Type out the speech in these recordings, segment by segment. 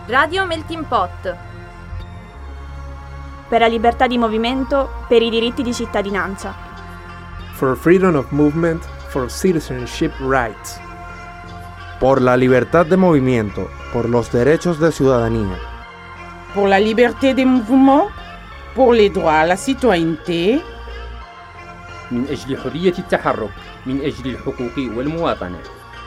Radio Melting Pot. Per la libertà di movimento, per i diritti di cittadinanza. For freedom of movement, for citizenship rights. Por la libertad de movimiento, por los derechos de ciudadanía. Pour la liberté des mouvements, pour les droits à la citoyenneté. من أجل حرية التحرك، من أجل الحقوق والمواطنة.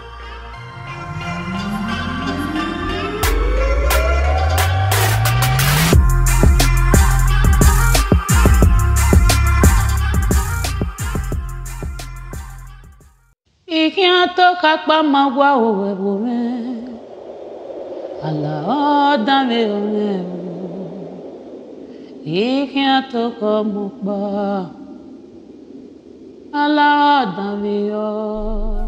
Ikiato kakpa magwa owebome ala odame ome Ikiato komukba ala odame o.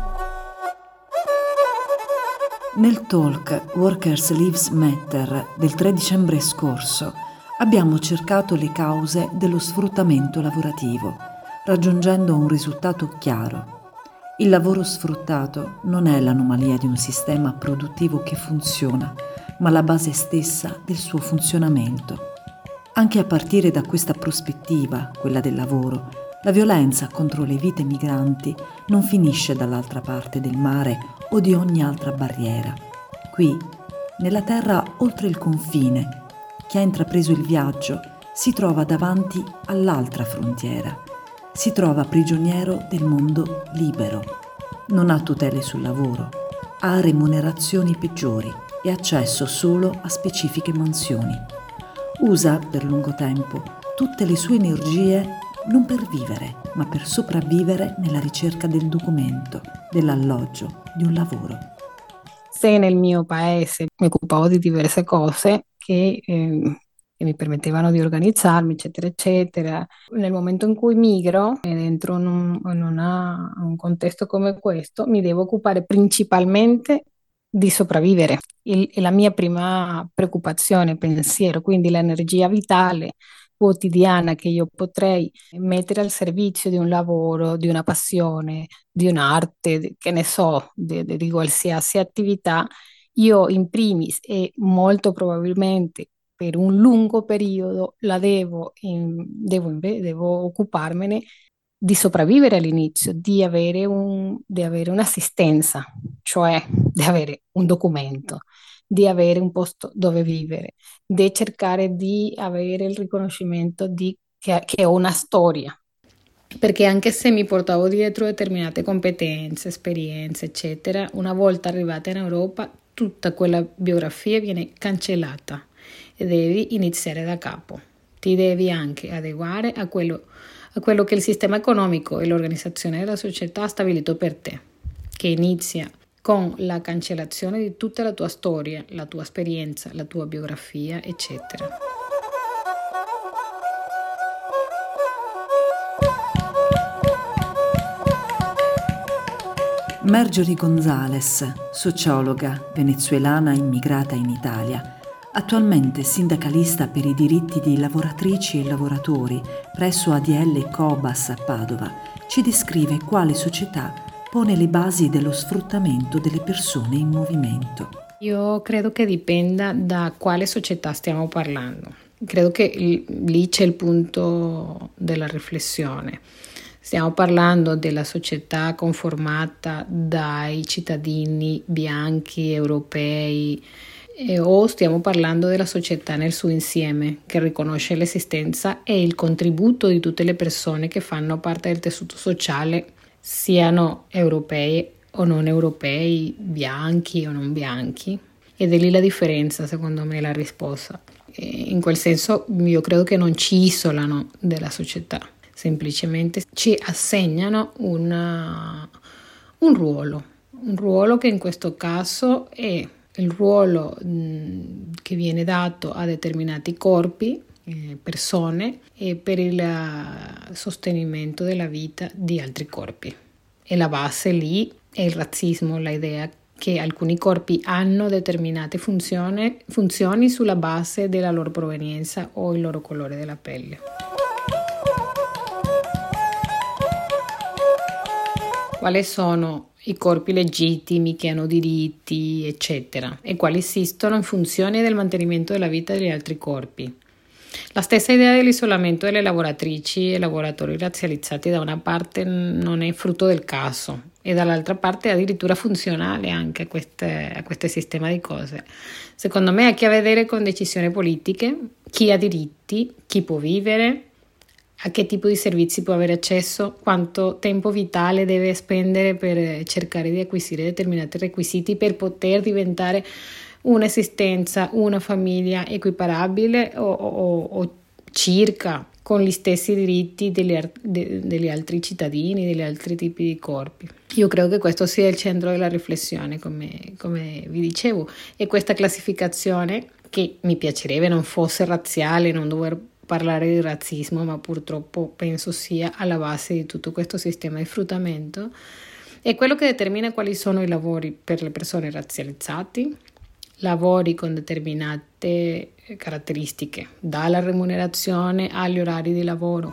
Nel talk Workers Lives Matter del 3 dicembre scorso abbiamo cercato le cause dello sfruttamento lavorativo, raggiungendo un risultato chiaro. Il lavoro sfruttato non è l'anomalia di un sistema produttivo che funziona, ma la base stessa del suo funzionamento. Anche a partire da questa prospettiva, quella del lavoro, la violenza contro le vite migranti non finisce dall'altra parte del mare o di ogni altra barriera. Qui, nella terra oltre il confine, chi ha intrapreso il viaggio si trova davanti all'altra frontiera. Si trova prigioniero del mondo libero, non ha tutele sul lavoro, ha remunerazioni peggiori e accesso solo a specifiche mansioni. Usa per lungo tempo tutte le sue energie non per vivere, ma per sopravvivere nella ricerca del documento, dell'alloggio, di un lavoro. Se nel mio paese mi occupavo di diverse cose che mi permettevano di organizzarmi, eccetera, eccetera. Nel momento in cui migro e dentro un contesto come questo, mi devo occupare principalmente di sopravvivere. È la mia prima preoccupazione, pensiero, quindi l'energia vitale quotidiana che io potrei mettere al servizio di un lavoro, di una passione, di un'arte, che ne so, di qualsiasi attività, io in primis e molto probabilmente per un lungo periodo devo occuparmene di sopravvivere all'inizio, di avere un'assistenza, cioè di avere un documento, di avere un posto dove vivere, di cercare di avere il riconoscimento che ho una storia. Perché anche se mi portavo dietro determinate competenze, esperienze, eccetera, una volta arrivata in Europa, tutta quella biografia viene cancellata. E devi iniziare da capo. Ti devi anche adeguare a quello che il sistema economico e l'organizzazione della società ha stabilito per te, che inizia con la cancellazione di tutta la tua storia, la tua esperienza, la tua biografia, eccetera. Marjorie González, sociologa venezuelana immigrata in Italia, attualmente sindacalista per i diritti di lavoratrici e lavoratori presso ADL e Cobas a Padova, ci descrive quale società pone le basi dello sfruttamento delle persone in movimento. Io credo che dipenda da quale società stiamo parlando. Credo che lì c'è il punto della riflessione. Stiamo parlando della società conformata dai cittadini bianchi europei o stiamo parlando della società nel suo insieme, che riconosce l'esistenza e il contributo di tutte le persone che fanno parte del tessuto sociale, siano europei o non europei, bianchi o non bianchi. Ed è lì la differenza, secondo me, la risposta. In quel senso io credo che non ci isolano della società, semplicemente ci assegnano un ruolo che in questo caso è il ruolo che viene dato a determinati corpi, persone, e per il sostenimento della vita di altri corpi. E la base lì è il razzismo, la idea che alcuni corpi hanno determinate funzioni sulla base della loro provenienza o il loro colore della pelle. Quali sono i corpi legittimi che hanno diritti, eccetera, e quali esistono in funzione del mantenimento della vita degli altri corpi. La stessa idea dell'isolamento delle lavoratrici e lavoratori razzializzati da una parte non è frutto del caso e dall'altra parte è addirittura funzionale anche a questo sistema di cose. Secondo me ha a che vedere con decisioni politiche, chi ha diritti, chi può vivere, a che tipo di servizi può avere accesso, quanto tempo vitale deve spendere per cercare di acquisire determinati requisiti per poter diventare un'esistenza, una famiglia equiparabile o circa con gli stessi diritti degli altri cittadini, degli altri tipi di corpi. Io credo che questo sia il centro della riflessione, come vi dicevo, e questa classificazione, che mi piacerebbe non fosse razziale, non dover parlare di razzismo, ma purtroppo penso sia alla base di tutto questo sistema di sfruttamento, è quello che determina quali sono i lavori per le persone razzializzate, lavori con determinate caratteristiche, dalla remunerazione agli orari di lavoro.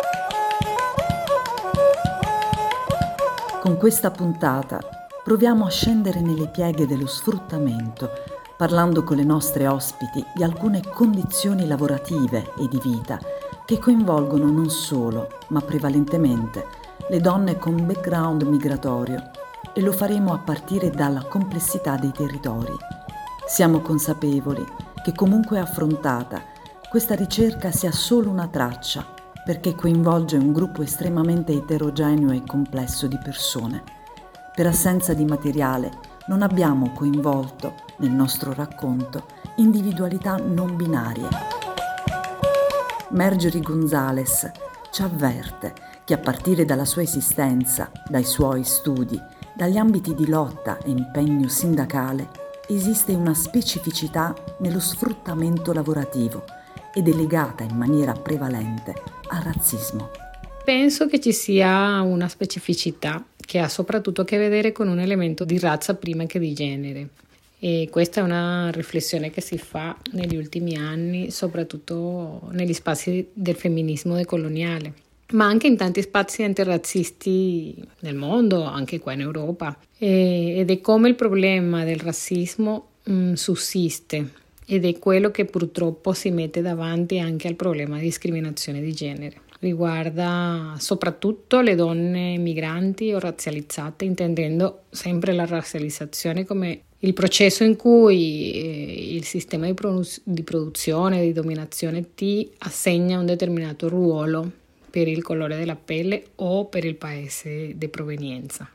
Con questa puntata proviamo a scendere nelle pieghe dello sfruttamento, parlando con le nostre ospiti di alcune condizioni lavorative e di vita che coinvolgono non solo, ma prevalentemente, le donne con background migratorio, e lo faremo a partire dalla complessità dei territori. Siamo consapevoli che comunque affrontata, questa ricerca sia solo una traccia, perché coinvolge un gruppo estremamente eterogeneo e complesso di persone. Per assenza di materiale non abbiamo coinvolto nel nostro racconto individualità non binarie. Marjorie Gonzalez ci avverte che a partire dalla sua esistenza, dai suoi studi, dagli ambiti di lotta e impegno sindacale, esiste una specificità nello sfruttamento lavorativo ed è legata in maniera prevalente al razzismo. Penso che ci sia una specificità che ha soprattutto a che vedere con un elemento di razza prima che di genere. E questa è una riflessione che si fa negli ultimi anni, soprattutto negli spazi del femminismo decoloniale, ma anche in tanti spazi antirazzisti nel mondo, anche qua in Europa. Ed è come il problema del razzismo sussiste ed è quello che purtroppo si mette davanti anche al problema di discriminazione di genere. Riguarda soprattutto le donne migranti o razzializzate, intendendo sempre la razzializzazione come il processo in cui il sistema di produzione, di dominazione ti assegna un determinato ruolo per il colore della pelle o per il paese di provenienza.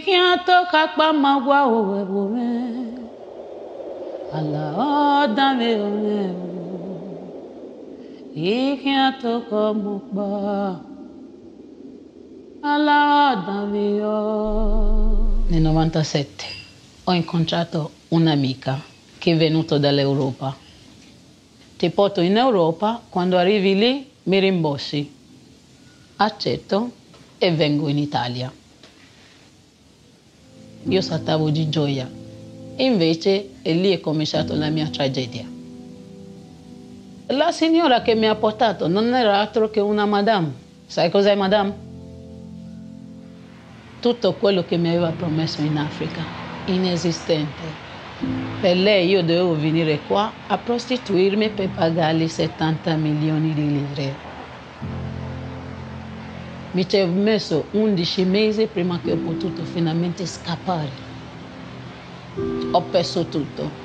Nel 97 ho incontrato un'amica che è venuta dall'Europa. Ti porto in Europa, quando arrivi lì mi rimborsi. Accetto e vengo in Italia. Io saltavo di gioia e invece lì è cominciata la mia tragedia. La signora che mi ha portato non era altro che una madame. Sai cos'è madame? Tutto quello che mi aveva promesso in Africa, inesistente. Per lei io dovevo venire qua a prostituirmi per pagargli 70 milioni di lire. Mi ci ho messo 11 mesi prima che ho potuto finalmente scappare. Ho perso tutto.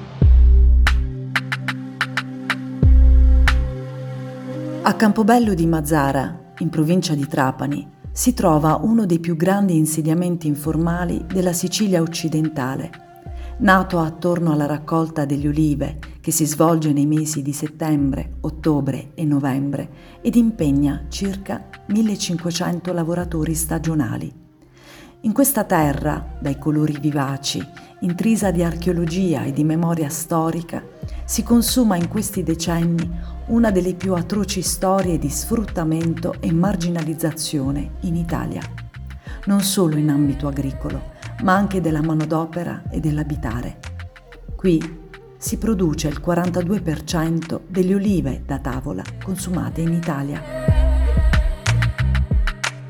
A Campobello di Mazara, in provincia di Trapani, si trova uno dei più grandi insediamenti informali della Sicilia occidentale. Nato attorno alla raccolta delle olive, che si svolge nei mesi di settembre, ottobre e novembre, ed impegna circa 1500 lavoratori stagionali. In questa terra, dai colori vivaci, intrisa di archeologia e di memoria storica, si consuma in questi decenni una delle più atroci storie di sfruttamento e marginalizzazione in Italia, non solo in ambito agricolo, ma anche della manodopera e dell'abitare. Qui si produce il 42% delle olive da tavola consumate in Italia.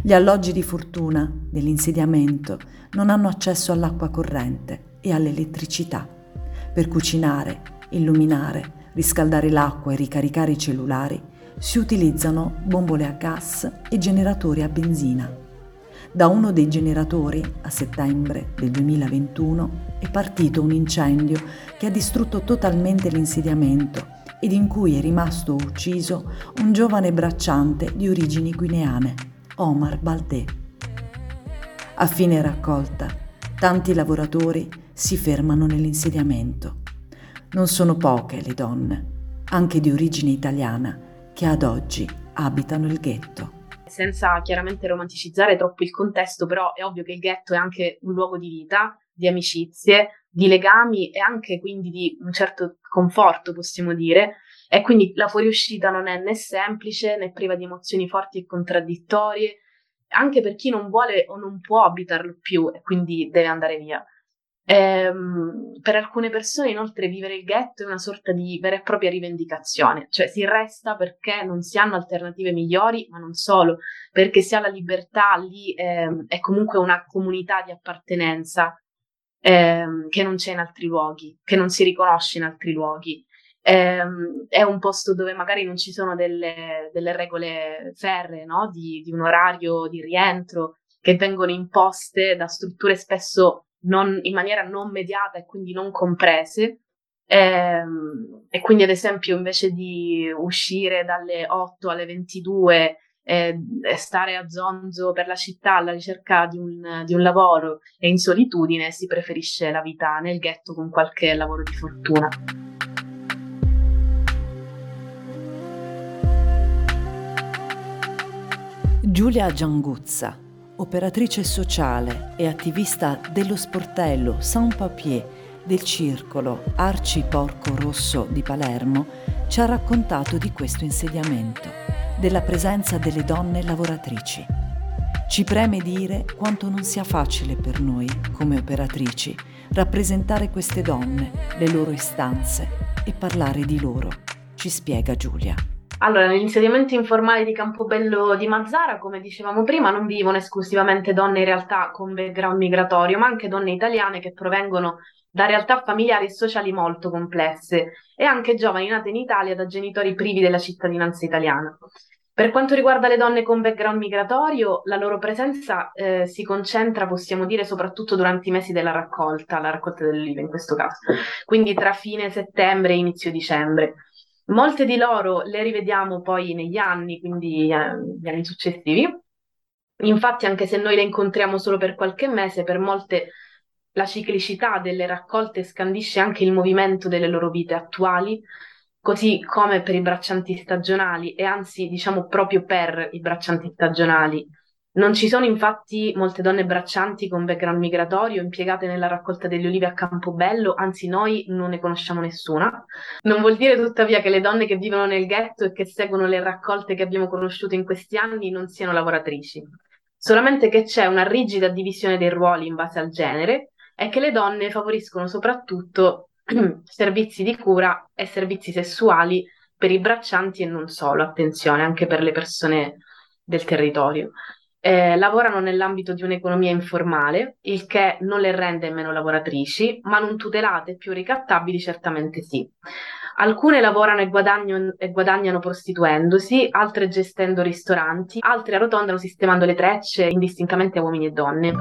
Gli alloggi di fortuna dell'insediamento non hanno accesso all'acqua corrente e all'elettricità. Per cucinare, illuminare, riscaldare l'acqua e ricaricare i cellulari si utilizzano bombole a gas e generatori a benzina. Da uno dei generatori, a settembre del 2021, è partito un incendio che ha distrutto totalmente l'insediamento ed in cui è rimasto ucciso un giovane bracciante di origini guineane, Omar Baldé. A fine raccolta, tanti lavoratori si fermano nell'insediamento. Non sono poche le donne, anche di origine italiana, che ad oggi abitano il ghetto. Senza chiaramente romanticizzare troppo il contesto, però è ovvio che il ghetto è anche un luogo di vita, di amicizie, di legami e anche quindi di un certo conforto, possiamo dire, e quindi la fuoriuscita non è né semplice né priva di emozioni forti e contraddittorie, anche per chi non vuole o non può abitarlo più e quindi deve andare via. Per alcune persone inoltre vivere il ghetto è una sorta di vera e propria rivendicazione, cioè si resta perché non si hanno alternative migliori, ma non solo, perché si ha la libertà lì, è comunque una comunità di appartenenza che non c'è in altri luoghi, che non si riconosce in altri luoghi. È un posto dove magari non ci sono delle regole ferree, no? Di un orario di rientro che vengono imposte da strutture spesso in maniera non mediata e quindi non comprese, e quindi ad esempio invece di uscire dalle 8 alle 22 e stare a zonzo per la città alla ricerca di un lavoro e in solitudine, si preferisce la vita nel ghetto con qualche lavoro di fortuna. Giulia Gianguzza, operatrice sociale e attivista dello sportello Sans Papier del circolo Arci Porco Rosso di Palermo, ci ha raccontato di questo insediamento, della presenza delle donne lavoratrici. Ci preme dire quanto non sia facile per noi, come operatrici, rappresentare queste donne, le loro istanze e parlare di loro, ci spiega Giulia. Allora, nell'insediamento informale di Campobello di Mazara, come dicevamo prima, non vivono esclusivamente donne in realtà con background migratorio, ma anche donne italiane che provengono da realtà familiari e sociali molto complesse e anche giovani nate in Italia da genitori privi della cittadinanza italiana. Per quanto riguarda le donne con background migratorio, la loro presenza si concentra, possiamo dire, soprattutto durante i mesi della raccolta, la raccolta delle olive in questo caso, quindi tra fine settembre e inizio dicembre. Molte di loro le rivediamo poi negli anni, quindi gli anni successivi. Infatti, anche se noi le incontriamo solo per qualche mese, per molte la ciclicità delle raccolte scandisce anche il movimento delle loro vite attuali, così come per i braccianti stagionali e anzi, diciamo proprio per i braccianti stagionali. Non ci sono infatti molte donne braccianti con background migratorio impiegate nella raccolta delle olive a Campobello, anzi noi non ne conosciamo nessuna. Non vuol dire tuttavia che le donne che vivono nel ghetto e che seguono le raccolte che abbiamo conosciuto in questi anni non siano lavoratrici, solamente che c'è una rigida divisione dei ruoli in base al genere e che le donne favoriscono soprattutto servizi di cura e servizi sessuali per i braccianti e non solo, attenzione, anche per le persone del territorio. Lavorano nell'ambito di un'economia informale, il che non le rende meno lavoratrici, ma non tutelate e più ricattabili certamente sì. Alcune lavorano e guadagnano prostituendosi, altre gestendo ristoranti, altre arrotondano sistemando le trecce indistintamente a uomini e donne.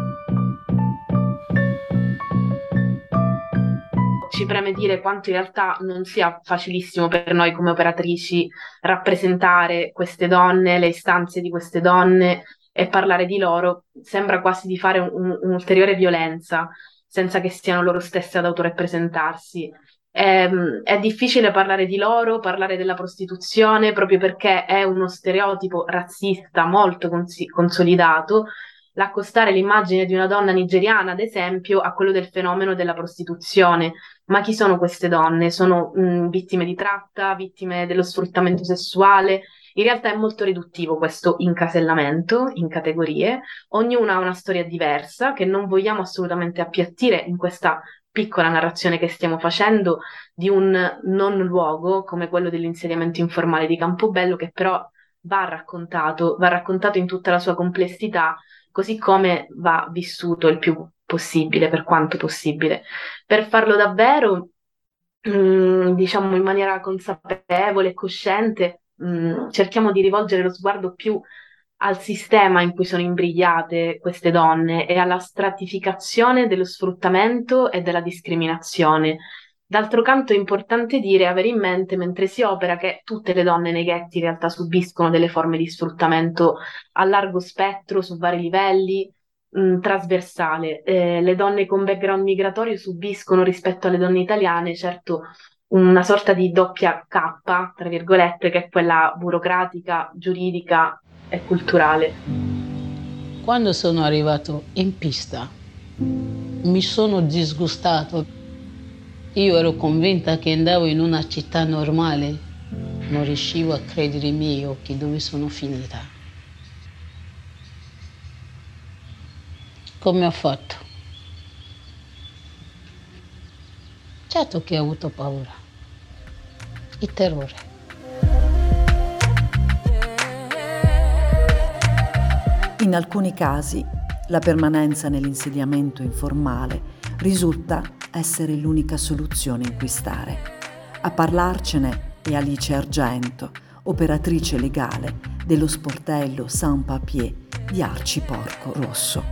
Ci preme dire quanto in realtà non sia facilissimo per noi come operatrici rappresentare queste donne, le istanze di queste donne e parlare di loro. Sembra quasi di fare un'ulteriore violenza senza che siano loro stesse ad autorappresentarsi. È difficile parlare di loro, parlare della prostituzione, proprio perché è uno stereotipo razzista molto consolidato, l'accostare l'immagine di una donna nigeriana, ad esempio, a quello del fenomeno della prostituzione. Ma chi sono queste donne? Sono vittime di tratta, vittime dello sfruttamento sessuale? In realtà è molto riduttivo questo incasellamento in categorie, ognuna ha una storia diversa che non vogliamo assolutamente appiattire in questa piccola narrazione che stiamo facendo di un non luogo come quello dell'insediamento informale di Campobello, che però va raccontato in tutta la sua complessità, così come va vissuto il più possibile, per quanto possibile. Per farlo davvero, diciamo in maniera consapevole e cosciente, cerchiamo di rivolgere lo sguardo più al sistema in cui sono imbrigliate queste donne e alla stratificazione dello sfruttamento e della discriminazione. D'altro canto è importante dire e avere in mente mentre si opera che tutte le donne nei ghetti in realtà subiscono delle forme di sfruttamento a largo spettro, su vari livelli, trasversale. Le donne con background migratorio subiscono rispetto alle donne italiane, certo, una sorta di doppia K, tra virgolette, che è quella burocratica, giuridica e culturale. Quando sono arrivato in pista mi sono disgustato. Io ero convinta che andavo in una città normale, non riuscivo a credere ai miei occhi dove sono finita. Come ho fatto? Certo che ho avuto paura, il terrore. In alcuni casi, la permanenza nell'insediamento informale risulta essere l'unica soluzione in cui stare. A parlarcene è Alice Argento, operatrice legale dello sportello Sans Papier di Arci Porco Rosso.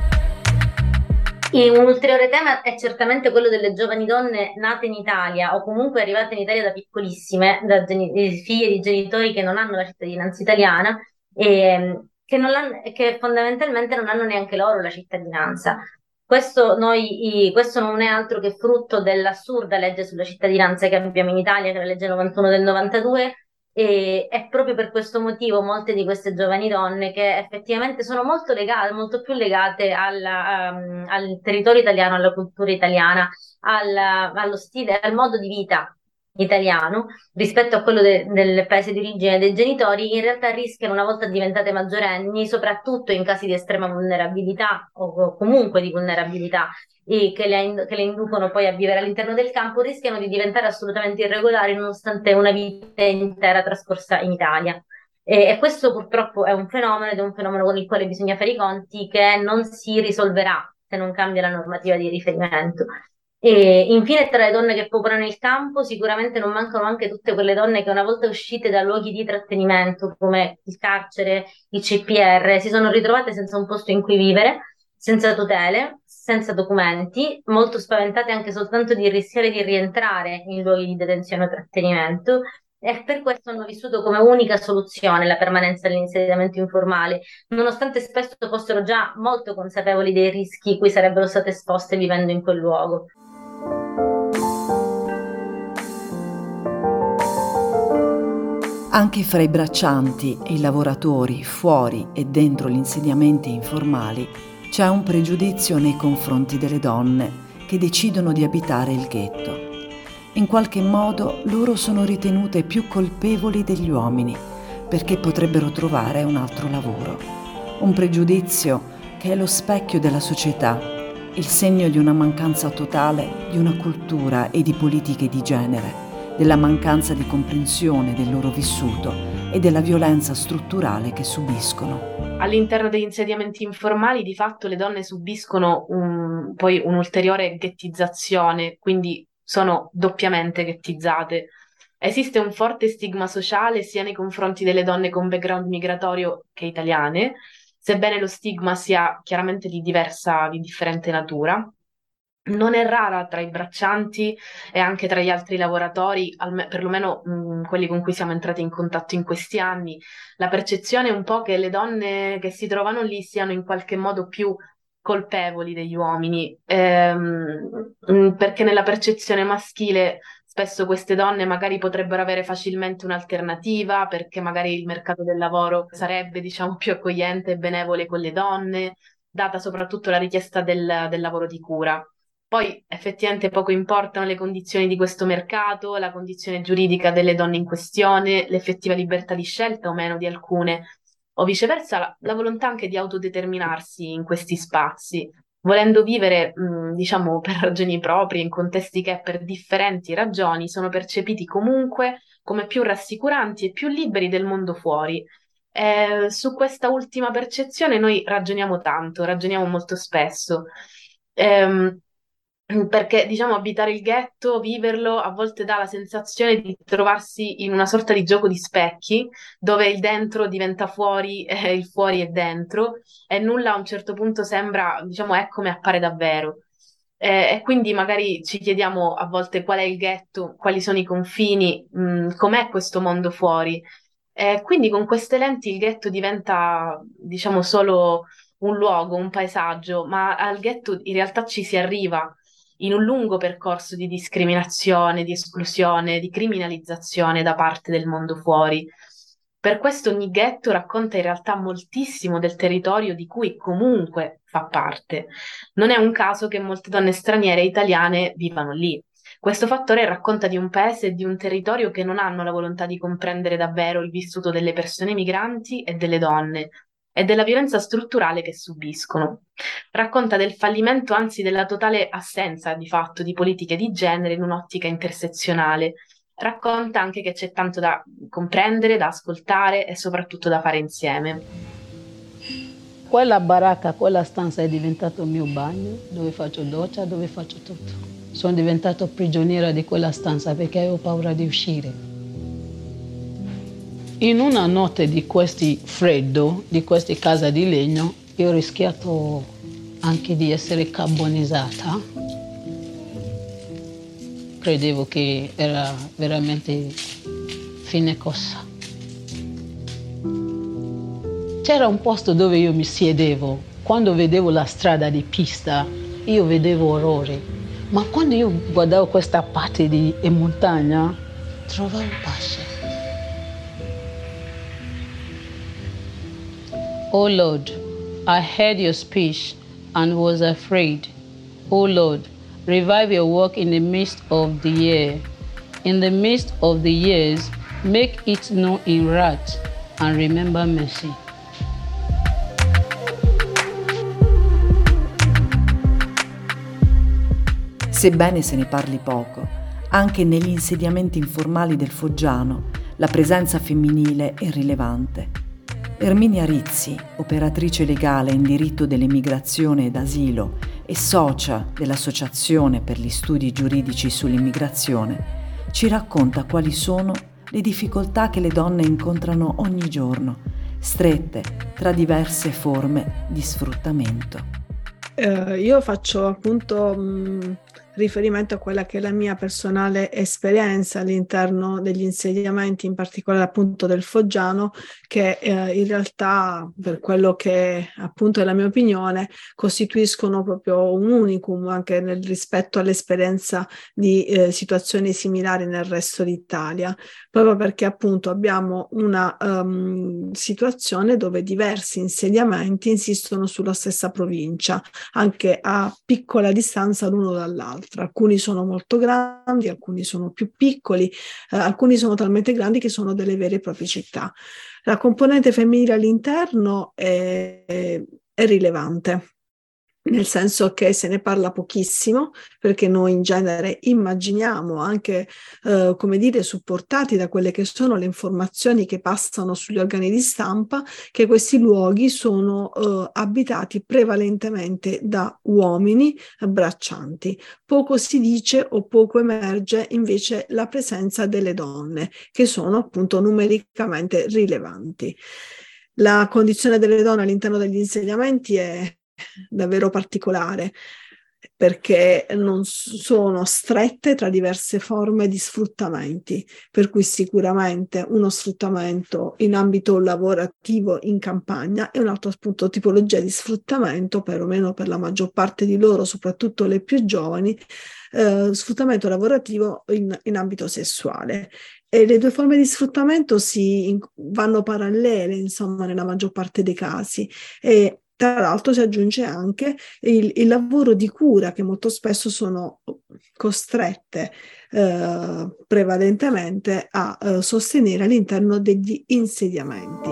E un ulteriore tema è certamente quello delle giovani donne nate in Italia o comunque arrivate in Italia da piccolissime, figlie di genitori che non hanno la cittadinanza italiana e che fondamentalmente non hanno neanche loro la cittadinanza. Questo non è altro che frutto dell'assurda legge sulla cittadinanza che abbiamo in Italia, che è la legge 91 del 92, e è proprio per questo motivo molte di queste giovani donne che effettivamente sono molto legate, molto più legate al territorio italiano, alla cultura italiana, allo stile, al modo di vita italiano rispetto a quello del paese di origine dei genitori, in realtà rischiano, una volta diventate maggiorenni, soprattutto in casi di estrema vulnerabilità o comunque di vulnerabilità e che le inducono poi a vivere all'interno del campo, rischiano di diventare assolutamente irregolari nonostante una vita intera trascorsa in Italia. E questo purtroppo è un fenomeno, ed è un fenomeno con il quale bisogna fare i conti, che non si risolverà se non cambia la normativa di riferimento. E infine, tra le donne che popolano il campo, sicuramente non mancano anche tutte quelle donne che, una volta uscite da luoghi di trattenimento come il carcere, i CPR, si sono ritrovate senza un posto in cui vivere, senza tutele, senza documenti, molto spaventate anche soltanto di rischiare di rientrare in luoghi di detenzione o trattenimento, e per questo hanno vissuto come unica soluzione la permanenza dell'insediamento informale, nonostante spesso fossero già molto consapevoli dei rischi cui sarebbero state esposte vivendo in quel luogo. Anche fra i braccianti e i lavoratori fuori e dentro gli insediamenti informali c'è un pregiudizio nei confronti delle donne che decidono di abitare il ghetto. In qualche modo loro sono ritenute più colpevoli degli uomini perché potrebbero trovare un altro lavoro. Un pregiudizio che è lo specchio della società, il segno di una mancanza totale di una cultura e di politiche di genere, della mancanza di comprensione del loro vissuto e della violenza strutturale che subiscono. All'interno degli insediamenti informali di fatto le donne subiscono poi un'ulteriore ghettizzazione, quindi sono doppiamente ghettizzate. Esiste un forte stigma sociale sia nei confronti delle donne con background migratorio che italiane, sebbene lo stigma sia chiaramente di differente natura. Non è rara tra i braccianti e anche tra gli altri lavoratori, perlomeno quelli con cui siamo entrati in contatto in questi anni, la percezione è un po' che le donne che si trovano lì siano in qualche modo più colpevoli degli uomini, perché nella percezione maschile spesso queste donne magari potrebbero avere facilmente un'alternativa, perché magari il mercato del lavoro sarebbe, diciamo, più accogliente e benevole con le donne, data soprattutto la richiesta del lavoro di cura. Poi effettivamente poco importano le condizioni di questo mercato, la condizione giuridica delle donne in questione, l'effettiva libertà di scelta o meno di alcune, o viceversa la volontà anche di autodeterminarsi in questi spazi, volendo vivere, diciamo, per ragioni proprie, in contesti che per differenti ragioni sono percepiti comunque come più rassicuranti e più liberi del mondo fuori. Su questa ultima percezione noi ragioniamo molto spesso. Ehm, Perché diciamo abitare il ghetto, viverlo, a volte dà la sensazione di trovarsi in una sorta di gioco di specchi, dove il dentro diventa fuori e il fuori è dentro, e nulla a un certo punto sembra, diciamo, è come appare davvero. E quindi magari ci chiediamo a volte qual è il ghetto, quali sono i confini, com'è questo mondo fuori. Quindi con queste lenti il ghetto diventa, diciamo, solo un luogo, un paesaggio, ma al ghetto in realtà ci si arriva in un lungo percorso di discriminazione, di esclusione, di criminalizzazione da parte del mondo fuori. Per questo ogni ghetto racconta in realtà moltissimo del territorio di cui comunque fa parte. Non è un caso che molte donne straniere e italiane vivano lì. Questo fattore racconta di un paese e di un territorio che non hanno la volontà di comprendere davvero il vissuto delle persone migranti e delle donne e della violenza strutturale che subiscono. Racconta del fallimento, anzi della totale assenza di fatto di politiche di genere in un'ottica intersezionale. Racconta anche che c'è tanto da comprendere, da ascoltare e soprattutto da fare insieme. Quella baracca, quella stanza è diventato il mio bagno, dove faccio doccia, dove faccio tutto. Sono diventato prigioniera di quella stanza perché avevo paura di uscire. In una notte di questi freddo, di queste case di legno, io ho rischiato anche di essere carbonizzata. Credevo che era veramente fine cosa. C'era un posto dove io mi siedevo. Quando vedevo la strada di pista, io vedevo orrore. Ma quando io guardavo questa parte di montagna, trovavo pace. Oh Lord, I heard your speech and was afraid. Oh Lord, revive your work in the midst of the year. In the midst of the years, make it known in wrath and remember mercy. Sebbene se ne parli poco, anche negli insediamenti informali del Foggiano la presenza femminile è rilevante. Erminia Rizzi, operatrice legale in diritto dell'immigrazione ed asilo e socia dell'Associazione per gli studi giuridici sull'immigrazione, ci racconta quali sono le difficoltà che le donne incontrano ogni giorno, strette tra diverse forme di sfruttamento. Io faccio appunto riferimento a quella che è la mia personale esperienza all'interno degli insediamenti, in particolare appunto del Foggiano, che in realtà, per quello che appunto è la mia opinione, costituiscono proprio un unicum anche nel rispetto all'esperienza di situazioni similari nel resto d'Italia, proprio perché appunto abbiamo una situazione dove diversi insediamenti insistono sulla stessa provincia, anche a piccola distanza l'uno dall'altro. Alcuni sono molto grandi, alcuni sono più piccoli, alcuni sono talmente grandi che sono delle vere e proprie città. La componente femminile all'interno è rilevante, nel senso che se ne parla pochissimo, perché noi in genere immaginiamo, anche come dire, supportati da quelle che sono le informazioni che passano sugli organi di stampa, che questi luoghi sono abitati prevalentemente da uomini braccianti. Poco si dice o poco emerge invece la presenza delle donne, che sono appunto numericamente rilevanti. La condizione delle donne all'interno degli insediamenti è davvero particolare, perché non sono strette tra diverse forme di sfruttamenti, per cui sicuramente uno sfruttamento in ambito lavorativo in campagna è un'altra appunto tipologia di sfruttamento, perlomeno per la maggior parte di loro, soprattutto le più giovani, sfruttamento lavorativo in ambito sessuale. E le due forme di sfruttamento vanno parallele, insomma, nella maggior parte dei casi. E tra l'altro si aggiunge anche il lavoro di cura, che molto spesso sono costrette prevalentemente a sostenere all'interno degli insediamenti.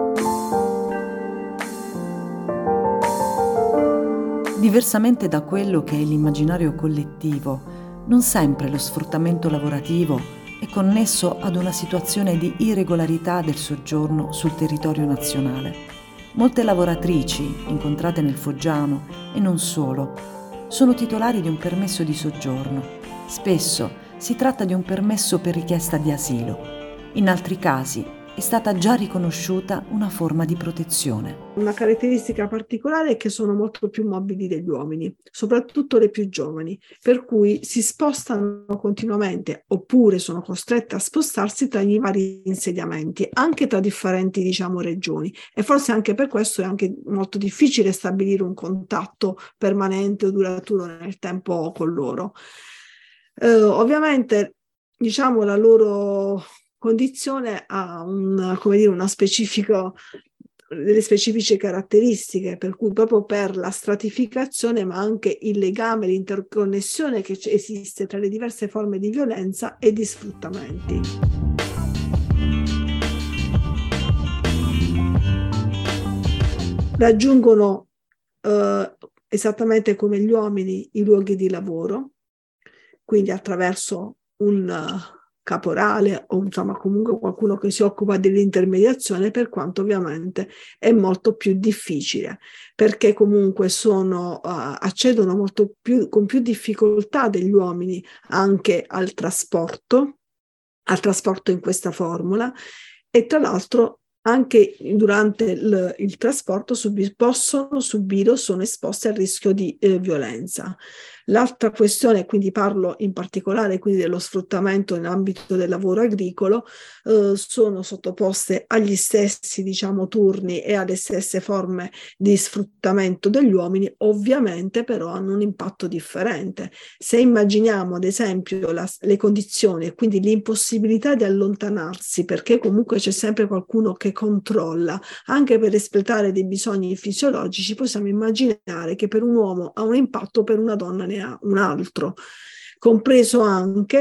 Diversamente da quello che è l'immaginario collettivo, non sempre lo sfruttamento lavorativo è connesso ad una situazione di irregolarità del soggiorno sul territorio nazionale. Molte lavoratrici, incontrate nel Foggiano, e non solo, sono titolari di un permesso di soggiorno. Spesso si tratta di un permesso per richiesta di asilo. In altri casi è stata già riconosciuta una forma di protezione. Una caratteristica particolare è che sono molto più mobili degli uomini, soprattutto le più giovani, per cui si spostano continuamente oppure sono costrette a spostarsi tra i vari insediamenti, anche tra differenti, regioni, e forse anche per questo è anche molto difficile stabilire un contatto permanente o duraturo nel tempo con loro. Ovviamente, la loro condizione ha delle specifiche caratteristiche, per cui proprio per la stratificazione, ma anche il legame, l'interconnessione che esiste tra le diverse forme di violenza e di sfruttamenti. Raggiungono esattamente come gli uomini i luoghi di lavoro, quindi attraverso un caporale o comunque qualcuno che si occupa dell'intermediazione, per quanto ovviamente è molto più difficile, perché comunque accedono con più difficoltà degli uomini anche al trasporto in questa formula, e tra l'altro anche durante il trasporto possono subire o sono esposti al rischio di violenza. L'altra questione, quindi parlo in particolare dello sfruttamento nell'ambito del lavoro agricolo, sono sottoposte agli stessi turni e alle stesse forme di sfruttamento degli uomini, ovviamente però hanno un impatto differente. Se immaginiamo ad esempio le condizioni e quindi l'impossibilità di allontanarsi, perché comunque c'è sempre qualcuno che controlla, anche per espletare dei bisogni fisiologici, possiamo immaginare che per un uomo ha un impatto, per una donna ne ha un altro, compreso anche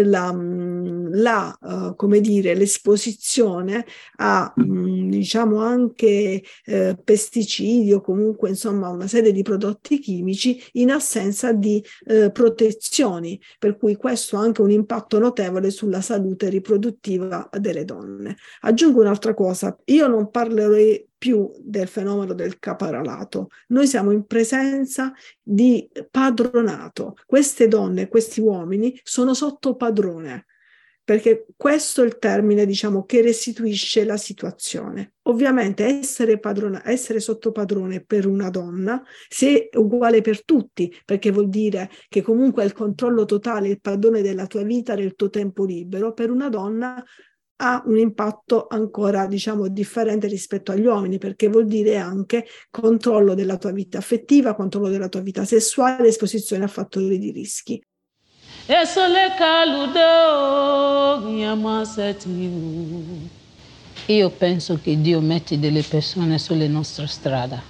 l'esposizione a anche pesticidi o comunque una serie di prodotti chimici in assenza di protezioni, per cui questo ha anche un impatto notevole sulla salute riproduttiva delle donne. Aggiungo un'altra cosa: io non parlerei più del fenomeno del caporalato. Noi siamo in presenza di padronato. Queste donne, questi uomini sono sotto padrone, perché questo è il termine che restituisce la situazione. Ovviamente essere sotto padrone per una donna, se è uguale per tutti, perché vuol dire che comunque è il controllo totale, il padrone della tua vita, del tuo tempo libero, per una donna ha un impatto ancora differente rispetto agli uomini, perché vuol dire anche controllo della tua vita affettiva, controllo della tua vita sessuale, esposizione a fattori di rischi. Io penso che Dio mette delle persone sulle nostre strade.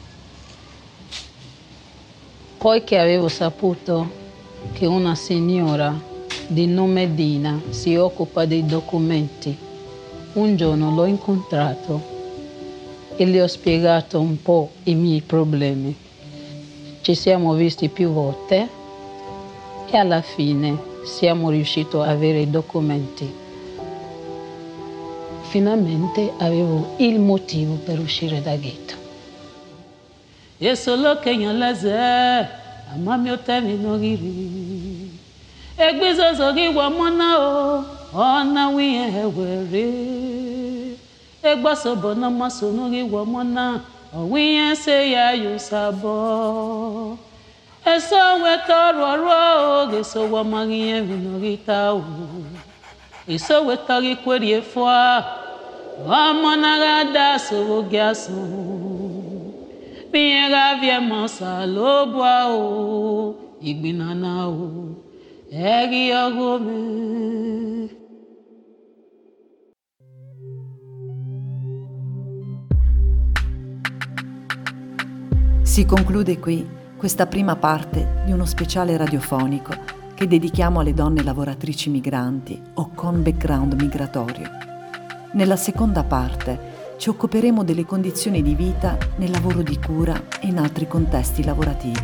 Poi che avevo saputo che una signora di nome Dina si occupa dei documenti, un giorno l'ho incontrato e le ho spiegato un po' i miei problemi. Ci siamo visti più volte e alla fine siamo riusciti a avere i documenti. Finalmente avevo il motivo per uscire da ghetto. E solo che io la sé, amami o te mi nogiri. E questo so che uomona o ona wiye were e gbaso bona maso no ge womona o wiye se ya yusabo e so we toro ro ge so womagi e no gita o e so we tagi kweri e fo amona ga da so gaso biye ga vie mo sa lo bwa o igbinana o egi ogome. Si conclude qui questa prima parte di uno speciale radiofonico che dedichiamo alle donne lavoratrici migranti o con background migratorio. Nella seconda parte ci occuperemo delle condizioni di vita nel lavoro di cura e in altri contesti lavorativi.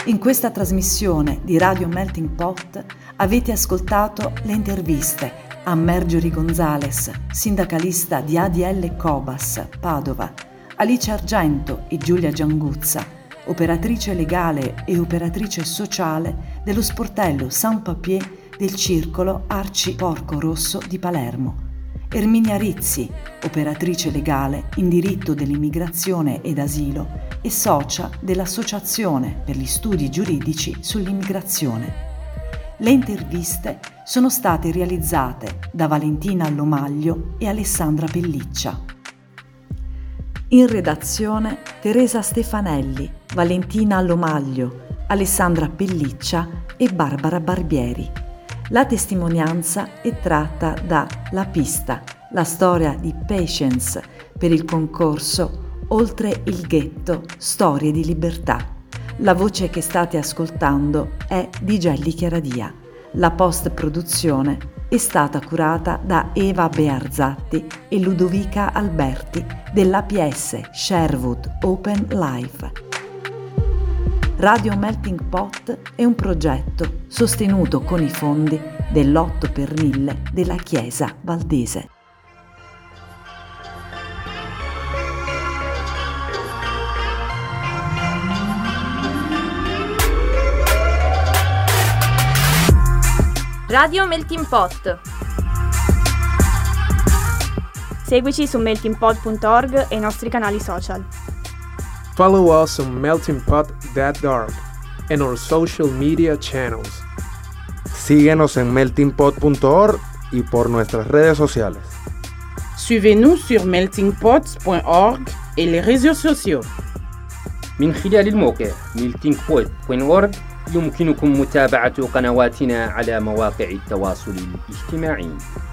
In questa trasmissione di Radio Melting Pot avete ascoltato le interviste a Marjorie Gonzales, sindacalista di ADL Cobas, Padova, Alice Argento e Giulia Gianguzza, operatrice legale e operatrice sociale dello sportello Sans-Papier del Circolo Arci Porco Rosso di Palermo, Erminia Rizzi, operatrice legale in diritto dell'immigrazione ed asilo e socia dell'Associazione per gli studi giuridici sull'immigrazione. Le interviste sono state realizzate da Valentina Allomaglio e Alessandra Pelliccia. In redazione Teresa Stefanelli, Valentina Allomaglio, Alessandra Pelliccia e Barbara Barbieri. La testimonianza è tratta da La Pista, la storia di Patience per il concorso Oltre il ghetto, storie di libertà. La voce che state ascoltando è di Gelli Chiaradia. La post-produzione è stata curata da Eva Bearzatti e Ludovica Alberti dell'APS Sherwood Open Life. Radio Melting Pot è un progetto sostenuto con i fondi dell'8 per 1000 della Chiesa Valdese. Radio Melting Pot. Seguici su meltingpot.org e i nostri canali social. Follow us on meltingpot.org and our social media channels. Síguenos en meltingpot.org y por nuestras redes sociales. Suivez-nous sur meltingpot.org et les réseaux sociaux. من خلال الموقع meltingpot.org يمكنكم متابعة قنواتنا على مواقع التواصل الاجتماعي.